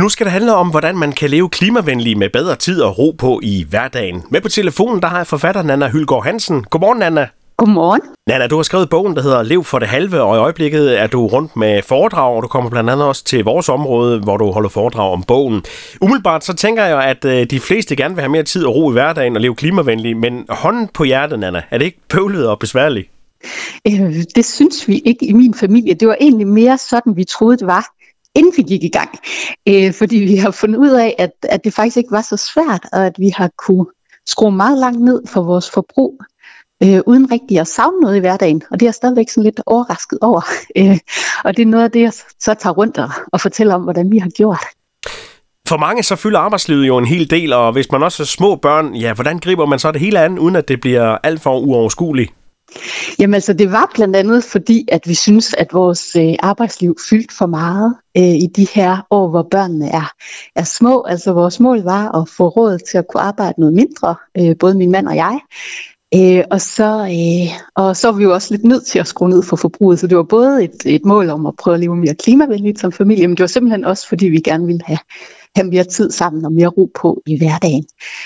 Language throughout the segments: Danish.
Nu skal det handle om, hvordan man kan leve klimavenligt med bedre tid og ro på i hverdagen. Med på telefonen, der har jeg forfatter Nanna Hyldgaard Hansen. Godmorgen, Nanna. Godmorgen. Nanna, du har skrevet bogen, der hedder Lev for det halve, og i øjeblikket er du rundt med foredrag, og du kommer blandt andet også til vores område, hvor du holder foredrag om bogen. Umiddelbart så tænker jeg, at de fleste gerne vil have mere tid og ro i hverdagen og leve klimavenligt, men hånden på hjertet, Nanna, er det ikke bøvlet og besværligt? Det synes vi ikke i min familie. Det var egentlig mere sådan, vi troede, det var, inden vi gik i gang. Fordi vi har fundet ud af, at det faktisk ikke var så svært, og at vi har kunne skrue meget langt ned for vores forbrug, uden rigtig at savne noget i hverdagen. Og det er jeg stadigvæk sådan lidt overrasket over. Og det er noget af det, jeg så tager rundt og fortæller om, hvordan vi har gjort. For mange så fylder arbejdslivet jo en hel del, og hvis man også er små børn, ja, hvordan griber man så det hele an, uden at det bliver alt for uoverskueligt? Jamen altså, det var blandt andet fordi, at vi synes, at vores arbejdsliv fyldte for meget i de her år, hvor børnene er små. Altså vores mål var at få råd til at kunne arbejde noget mindre, både min mand og jeg. Og så var vi jo også lidt nødt til at skrue ned for forbruget, så det var både et mål om at prøve at leve mere klimavenligt som familie, men det var simpelthen også fordi, vi gerne ville have mere tid sammen og mere ro på i hverdagen.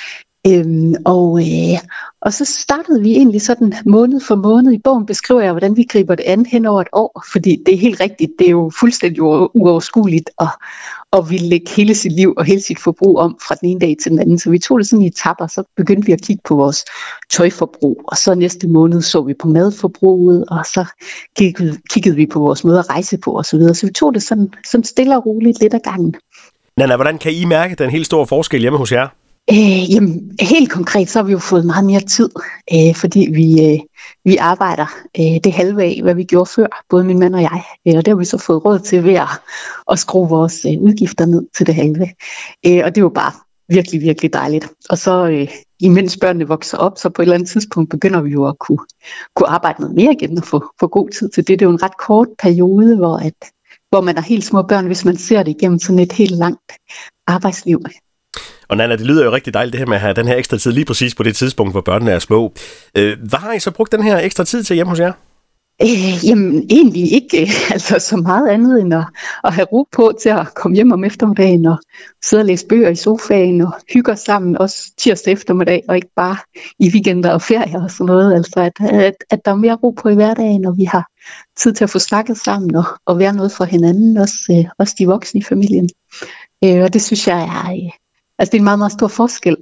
Og så startede vi egentlig sådan måned for måned. I bogen beskriver jeg, hvordan vi griber det an hen over et år, fordi det er helt rigtigt, det er jo fuldstændig uoverskueligt at ville lægge hele sit liv og hele sit forbrug om fra den ene dag til den anden. Så vi tog det sådan i etaper, så begyndte vi at kigge på vores tøjforbrug, og så næste måned så vi på madforbruget, og så kiggede vi på vores måde at rejse på osv. Så vi tog det sådan stille og roligt lidt ad gangen. Nanna, hvordan kan I mærke den helt store forskel hjemme hos jer? Jamen, helt konkret, så har vi jo fået meget mere tid, fordi vi arbejder det halve af, hvad vi gjorde før, både min mand og jeg. Og det har vi så fået råd til ved at skrue vores udgifter ned til det halve. Og det er jo bare virkelig, virkelig dejligt. Og så imens børnene vokser op, så på et eller andet tidspunkt begynder vi jo at kunne arbejde noget mere igen og få god tid til det. Det er jo en ret kort periode, hvor man har helt små børn, hvis man ser det igennem sådan et helt langt arbejdsliv. Og Nanna, det lyder jo rigtig dejligt, det her med at have den her ekstra tid lige præcis på det tidspunkt, hvor børnene er små. Hvad har I så brugt den her ekstra tid til hjemme hos jer? Jamen egentlig ikke altså så meget andet end at have ro på til at komme hjem om eftermiddagen og sidde og læse bøger i sofaen og hygge os sammen også tirsdag eftermiddag og ikke bare i weekender og ferier og sådan noget. Altså at der er mere ro på i hverdagen, og vi har tid til at få snakket sammen og være noget for hinanden, også de voksne i familien. Og det synes jeg altså det er en meget, meget stor forskel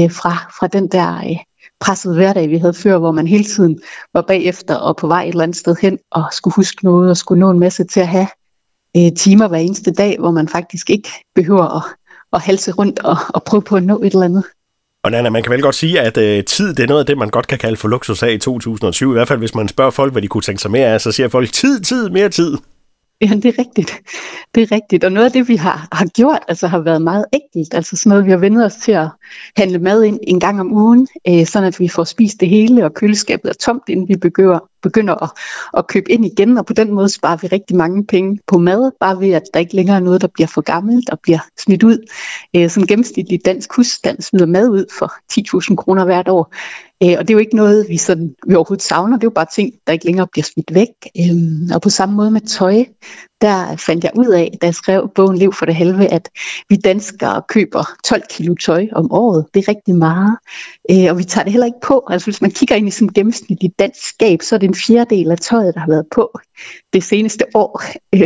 fra den der pressede hverdag, vi havde før, hvor man hele tiden var bagefter og på vej et eller andet sted hen og skulle huske noget og skulle nå en masse til at have timer hver eneste dag, hvor man faktisk ikke behøver at halse rundt og prøve på at nå et eller andet. Og Nanna, man kan vel godt sige, at tid, det er noget af det, man godt kan kalde for luksus af i 2020. I hvert fald, hvis man spørger folk, hvad de kunne tænke sig mere af, så siger folk tid, mere tid. Ja, det er rigtigt. Det er rigtigt. Og noget af det, vi har gjort, altså har været meget enkelt. Altså sådan noget, vi har vendt os til at handle mad ind en gang om ugen, sådan at vi får spist det hele, og køleskabet er tomt, inden vi begynder at købe ind igen. Og på den måde sparer vi rigtig mange penge på mad, bare ved at der ikke længere er noget, der bliver for gammelt og bliver smidt ud. Sådan en gennemsnitlig dansk husstand smider mad ud for 10.000 kroner hvert år. Og det er jo ikke noget, vi overhovedet savner. Det er jo bare ting, der ikke længere bliver smidt væk. Og på samme måde med tøj, der fandt jeg ud af, da jeg skrev bogen Lev for det halve, at vi danskere køber 12 kilo tøj om året. Det er rigtig meget. Og vi tager det heller ikke på. Altså hvis man kigger ind i sådan et gennemsnitligt dansk skab, så er det en fjerdedel af tøjet, der har været på det seneste år.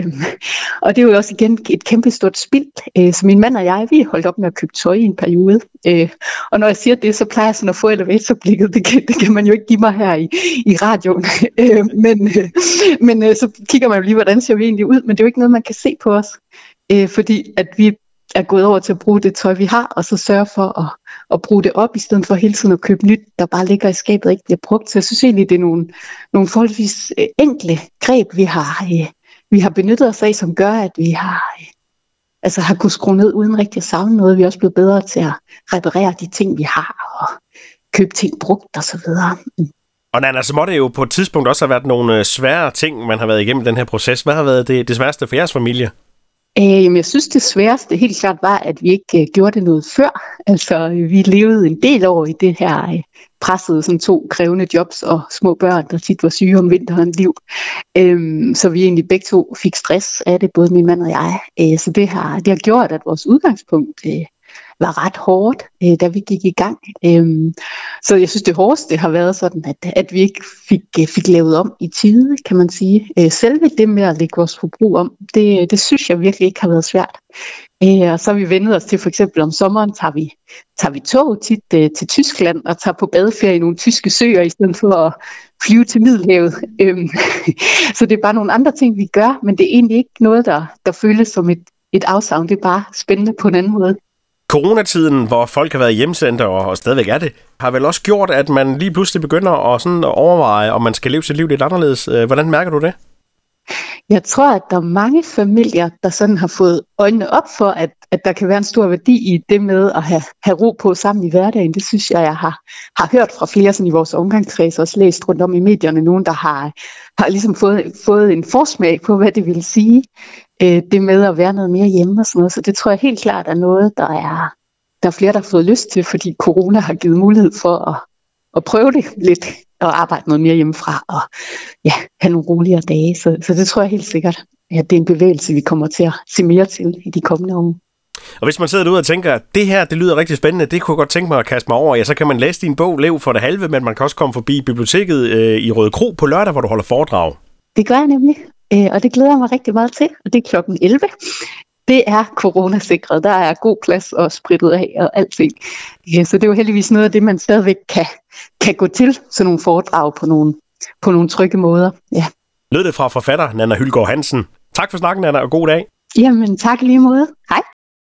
Og det er jo også igen et kæmpestort spild. Så min mand og jeg, vi holdt op med at købe tøj i en periode. Og når jeg siger det, så plejer jeg sådan at få elevatorblikket. Det kan man jo ikke give mig her i radioen. Men så kigger man jo lige, hvordan ser vi egentlig ud. Men det er jo ikke noget, man kan se på os. Fordi at vi er gået over til at bruge det tøj, vi har, og så sørge for at bruge det op, i stedet for hele tiden at købe nyt, der bare ligger i skabet og ikke bliver brugt. Så jeg synes egentlig, det er nogle forholdsvis enkle greb, vi har benyttet os af, som gør, at vi har kunnet skrue ned uden rigtig at savne noget. Vi er også blevet bedre til at reparere de ting, vi har, og købe ting brugt og så videre. Og Nanna, så må det jo på et tidspunkt også have været nogle svære ting, man har været igennem den her proces. Hvad har været det sværeste for jeres familie? Jeg synes, det sværeste helt klart var, at vi ikke gjorde det noget før. Altså, vi levede en del år i det her pressede sådan 2 krævende jobs og små børn, der tit var syge om vinteren liv. Så vi egentlig begge to fik stress af det, både min mand og jeg. Så det har gjort, at vores udgangspunkt var ret hårdt, da vi gik i gang. Så jeg synes, det hårdeste har været sådan, at vi ikke fik lavet om i tide, kan man sige. Selve det med at lægge vores forbrug om, det synes jeg virkelig ikke har været svært. Og så har vi vendt os til, for eksempel om sommeren tager vi tog tit til Tyskland og tager på badeferie i nogle tyske søer, i stedet for at flyve til Middelhavet. Så det er bare nogle andre ting, vi gør, men det er egentlig ikke noget, der føles som et afsavn. Det er bare spændende på en anden måde. Coronatiden, hvor folk har været hjemsendt og stadigvæk er det, har vel også gjort, at man lige pludselig begynder at sådan overveje, om man skal leve sit liv lidt anderledes. Hvordan mærker du det? Jeg tror, at der er mange familier, der sådan har fået øjnene op for, at der kan være en stor værdi i det med at have ro på sammen i hverdagen. Det synes jeg har hørt fra flere sådan i vores omgangskreds, også læst rundt om i medierne, nogen, der har ligesom fået en forsmag på, hvad det vil sige, det med at være noget mere hjemme og sådan noget. Så det tror jeg helt klart er noget, der er flere, der har fået lyst til, fordi corona har givet mulighed for at prøve det lidt og arbejde noget mere hjemmefra og have nogle roligere dage. Så det tror jeg helt sikkert, at det er en bevægelse, vi kommer til at se mere til i de kommende år. Og hvis man sidder derude og tænker, at det her, det lyder rigtig spændende, det kunne jeg godt tænke mig at kaste mig over, så kan man læse din bog, Lev for det halve, men man kan også komme forbi biblioteket i Røde Kro på lørdag, hvor du holder foredrag. Det gør jeg nemlig, og det glæder jeg mig rigtig meget til, og det er 11:00. Det er coronasikret. Der er god plads og sprittet af og alting. Så det er jo heldigvis noget af det, man stadigvæk kan gå til, sådan nogle foredrag på nogle trygge måder. Ja. Lød det fra forfatter Nanna Hylgaard Hansen. Tak for snakken, Nanna, og god dag. Jamen, tak lige måde. Hej.